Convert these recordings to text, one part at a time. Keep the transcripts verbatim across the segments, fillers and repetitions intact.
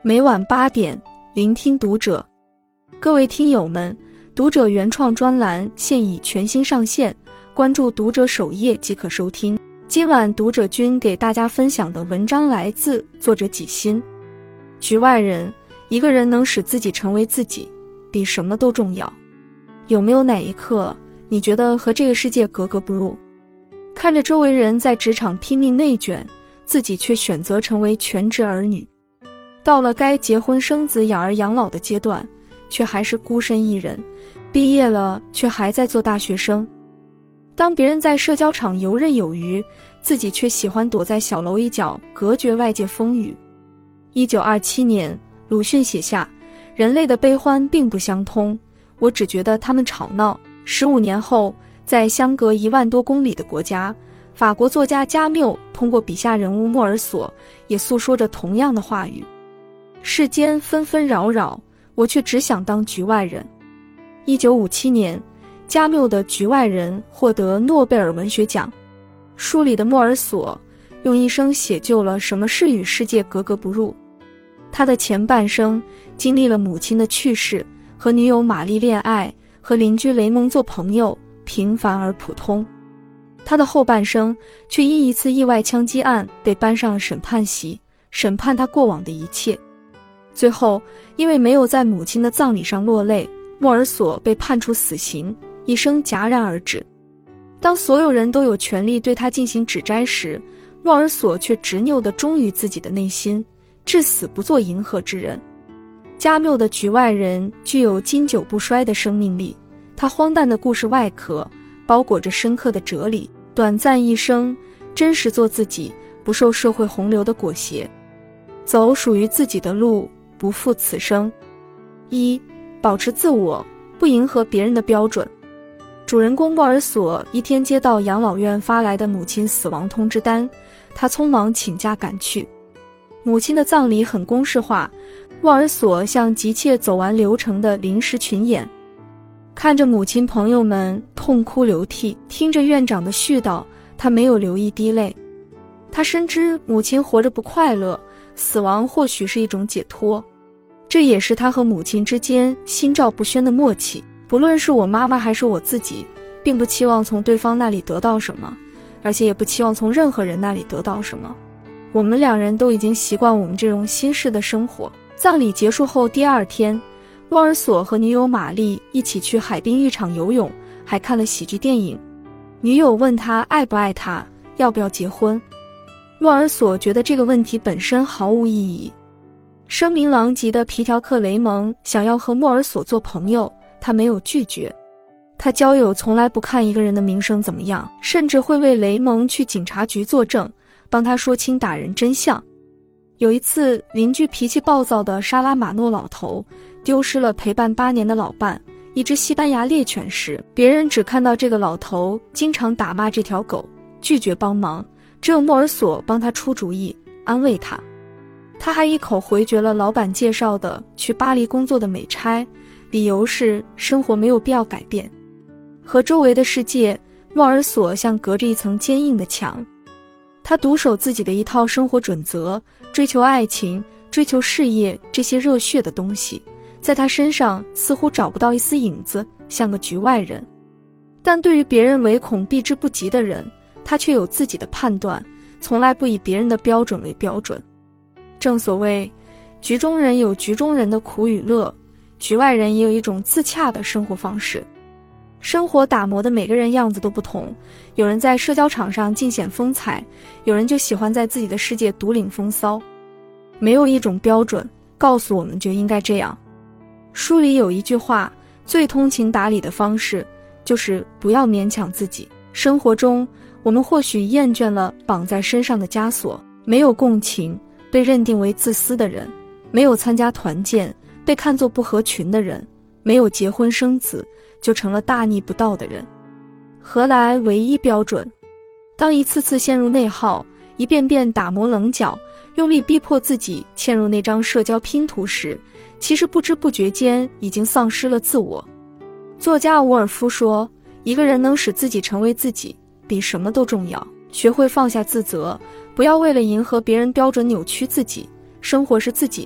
每晚八点，聆听读者。各位听友们，读者原创专栏现已全新上线，关注读者首页即可收听。今晚读者君给大家分享的文章来自作者几心。局外人，一个人能使自己成为自己，比什么都重要。有没有哪一刻，你觉得和这个世界格格不入？看着周围人在职场拼命内卷，自己却选择成为全职儿女。到了该结婚生子养儿养老的阶段，却还是孤身一人，毕业了却还在做大学生。当别人在社交场游刃有余，自己却喜欢躲在小楼一角，隔绝外界风雨。一九二七年，鲁迅写下：人类的悲欢并不相通，我只觉得他们吵闹。十五年后，在相隔一万多公里的国家，法国作家加缪通过笔下人物莫尔索，也诉说着同样的话语。世间纷纷扰扰，我却只想当局外人。一九五七年，加缪的《局外人》获得诺贝尔文学奖。书里的莫尔索用一生写就了什么是与世界格格不入。他的前半生经历了母亲的去世，和女友玛丽恋爱，和邻居雷蒙做朋友，平凡而普通。他的后半生却因一次意外枪击案被搬上了审判席，审判他过往的一切。最后，因为没有在母亲的葬礼上落泪，莫尔索被判处死刑，一生戛然而止。当所有人都有权利对他进行指摘时，莫尔索却执拗地忠于自己的内心，至死不做迎合之人。加缪的《局外人》具有经久不衰的生命力，他荒诞的故事外壳包裹着深刻的哲理。短暂一生，真实做自己，不受社会洪流的裹挟，走属于自己的路，不负此生。一、保持自我，不迎合别人的标准。主人公莫尔索一天接到养老院发来的母亲死亡通知单，他匆忙请假赶去。母亲的葬礼很公式化，莫尔索像急切走完流程的临时群演。看着母亲朋友们痛哭流涕，听着院长的絮叨，他没有流一滴泪。他深知母亲活着不快乐，死亡或许是一种解脱，这也是他和母亲之间心照不宣的默契。不论是我妈妈还是我自己，并不期望从对方那里得到什么，而且也不期望从任何人那里得到什么。我们两人都已经习惯我们这种新式的生活。葬礼结束后第二天，莫尔索和女友玛丽一起去海滨浴场游泳，还看了喜剧电影。女友问他爱不爱他，要不要结婚。莫尔索觉得这个问题本身毫无意义。声名狼藉的皮条客雷蒙想要和莫尔索做朋友，他没有拒绝。他交友从来不看一个人的名声怎么样，甚至会为雷蒙去警察局作证，帮他说清打人真相。有一次，邻居脾气暴躁的沙拉马诺老头丢失了陪伴八年的老伴，一只西班牙猎犬时，别人只看到这个老头经常打骂这条狗，拒绝帮忙，只有莫尔索帮他出主意，安慰他。他还一口回绝了老板介绍的去巴黎工作的美差，理由是生活没有必要改变。和周围的世界，莫尔索像隔着一层坚硬的墙。他独守自己的一套生活准则，追求爱情，追求事业，这些热血的东西在他身上似乎找不到一丝影子，像个局外人。但对于别人唯恐避之不及的人，他却有自己的判断，从来不以别人的标准为标准。正所谓，局中人有局中人的苦与乐，局外人也有一种自洽的生活方式。生活打磨的每个人样子都不同，有人在社交场上尽显风采，有人就喜欢在自己的世界独领风骚。没有一种标准告诉我们就应该这样。书里有一句话，最通情达理的方式就是不要勉强自己。生活中，我们或许厌倦了绑在身上的枷锁，没有共情，被认定为自私的人；没有参加团建，被看作不合群的人；没有结婚生子，就成了大逆不道的人。何来唯一标准？当一次次陷入内耗，一遍遍打磨棱角，用力逼迫自己嵌入那张社交拼图时，其实不知不觉间已经丧失了自我。作家伍尔夫说，一个人能使自己成为自己，比什么都重要。学会放下自责，不要为了迎合别人标准扭曲自己。生活是自己的，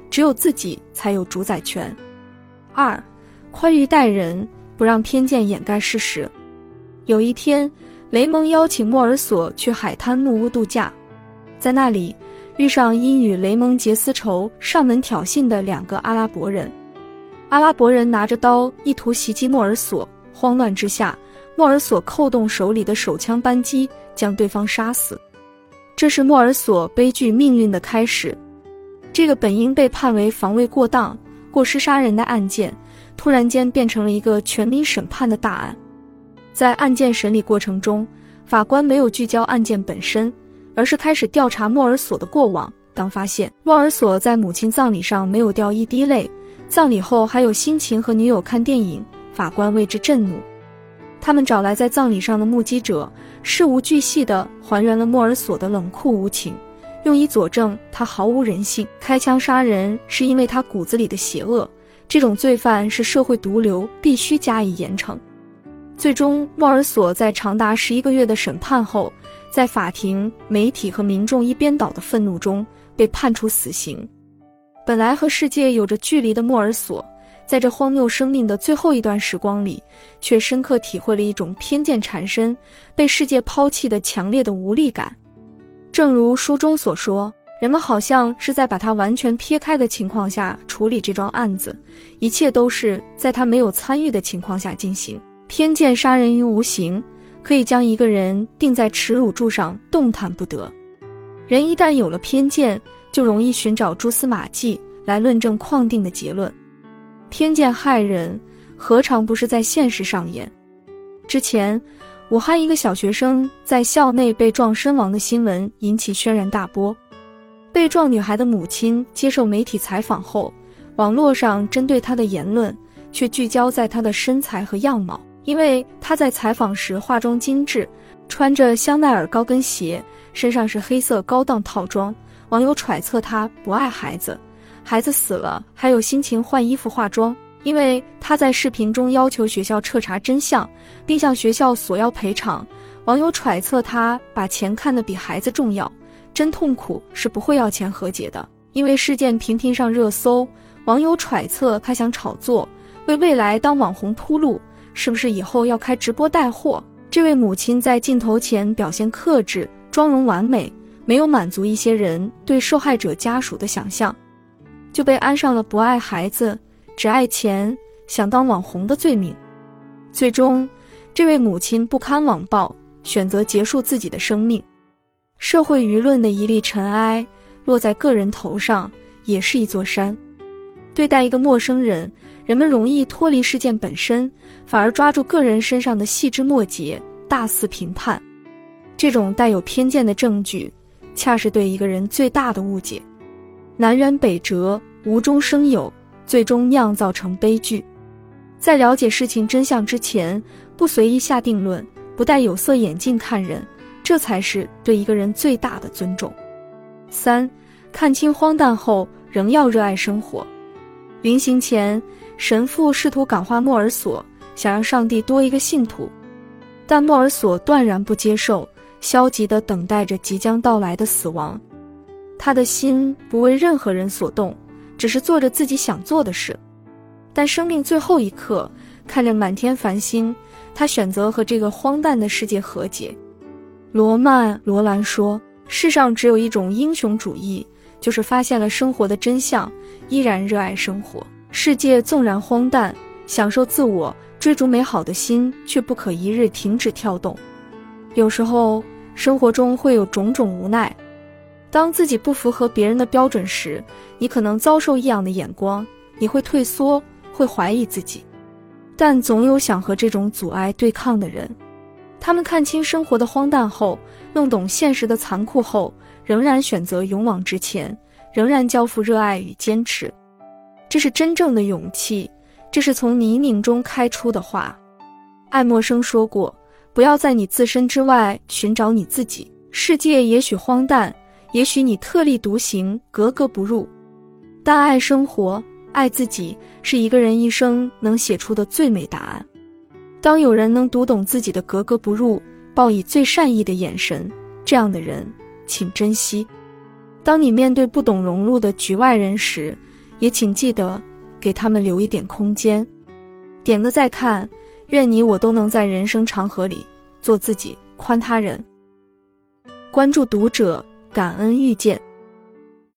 只有自己才有主宰权。二，宽于待人，不让偏见掩盖事实。有一天，雷蒙邀请莫尔索去海滩木屋度假，在那里遇上因与雷蒙结私仇上门挑衅的两个阿拉伯人。阿拉伯人拿着刀意图袭击莫尔索，慌乱之下，莫尔索扣动手里的手枪扳机，将对方杀死。这是莫尔索悲剧命运的开始。这个本应被判为防卫过当、过失杀人的案件，突然间变成了一个全民审判的大案。在案件审理过程中，法官没有聚焦案件本身，而是开始调查莫尔索的过往。当发现莫尔索在母亲葬礼上没有掉一滴泪，葬礼后还有心情和女友看电影，法官为之震怒。他们找来在葬礼上的目击者，事无巨细地还原了莫尔索的冷酷无情，用以佐证他毫无人性，开枪杀人是因为他骨子里的邪恶，这种罪犯是社会毒瘤，必须加以严惩。最终，莫尔索在长达十一个月的审判后，在法庭、媒体和民众一边倒的愤怒中被判处死刑。本来和世界有着距离的莫尔索，在这荒谬生命的最后一段时光里，却深刻体会了一种偏见缠身、被世界抛弃的强烈的无力感。正如书中所说，人们好像是在把他完全撇开的情况下处理这桩案子，一切都是在他没有参与的情况下进行。偏见杀人于无形，可以将一个人钉在耻辱柱上，动弹不得。人一旦有了偏见，就容易寻找蛛丝马迹来论证框定的结论。偏见害人，何尝不是在现实上演？之前，武汉一个小学生在校内被撞身亡的新闻引起轩然大波。被撞女孩的母亲接受媒体采访后，网络上针对她的言论却聚焦在她的身材和样貌。因为她在采访时化妆精致，穿着香奈儿高跟鞋，身上是黑色高档套装，网友揣测她不爱孩子，孩子死了还有心情换衣服化妆。因为她在视频中要求学校彻查真相，并向学校索要赔偿，网友揣测她把钱看得比孩子重要，真痛苦是不会要钱和解的。因为事件频频上热搜，网友揣测她想炒作，为未来当网红铺路，是不是以后要开直播带货？这位母亲在镜头前表现克制，妆容完美，没有满足一些人对受害者家属的想象，就被安上了不爱孩子、只爱钱、想当网红的罪名。最终，这位母亲不堪网暴，选择结束自己的生命。社会舆论的一粒尘埃落在个人头上，也是一座山。对待一个陌生人，人们容易脱离事件本身，反而抓住个人身上的细枝末节，大肆评判。这种带有偏见的证据，恰是对一个人最大的误解。南辕北辙，无中生有，最终酿造成悲剧。在了解事情真相之前，不随意下定论，不戴有色眼镜看人，这才是对一个人最大的尊重。三，看清荒诞后，仍要热爱生活。临行前，神父试图感化莫尔索，想让上帝多一个信徒，但莫尔索断然不接受，消极地等待着即将到来的死亡。他的心不为任何人所动，只是做着自己想做的事。但生命最后一刻，看着满天繁星，他选择和这个荒诞的世界和解。罗曼·罗兰说，世上只有一种英雄主义，就是发现了生活的真相，依然热爱生活。世界纵然荒诞，享受自我、追逐美好的心却不可一日停止跳动。有时候，生活中会有种种无奈。当自己不符合别人的标准时，你可能遭受异样的眼光，你会退缩，会怀疑自己。但总有想和这种阻碍对抗的人，他们看清生活的荒诞后，弄懂现实的残酷后，仍然选择勇往直前，仍然交付热爱与坚持。这是真正的勇气，这是从泥泞中开出的花。爱默生说过，不要在你自身之外寻找你自己。世界也许荒诞，也许你特立独行，格格不入，但爱生活，爱自己，是一个人一生能写出的最美答案。当有人能读懂自己的格格不入，报以最善意的眼神，这样的人请珍惜。当你面对不懂融入的局外人时， 也请记得给他们留一点空间。点个再看，愿你我都能在人生长河里做自己，宽他人。关注读者，感恩遇见。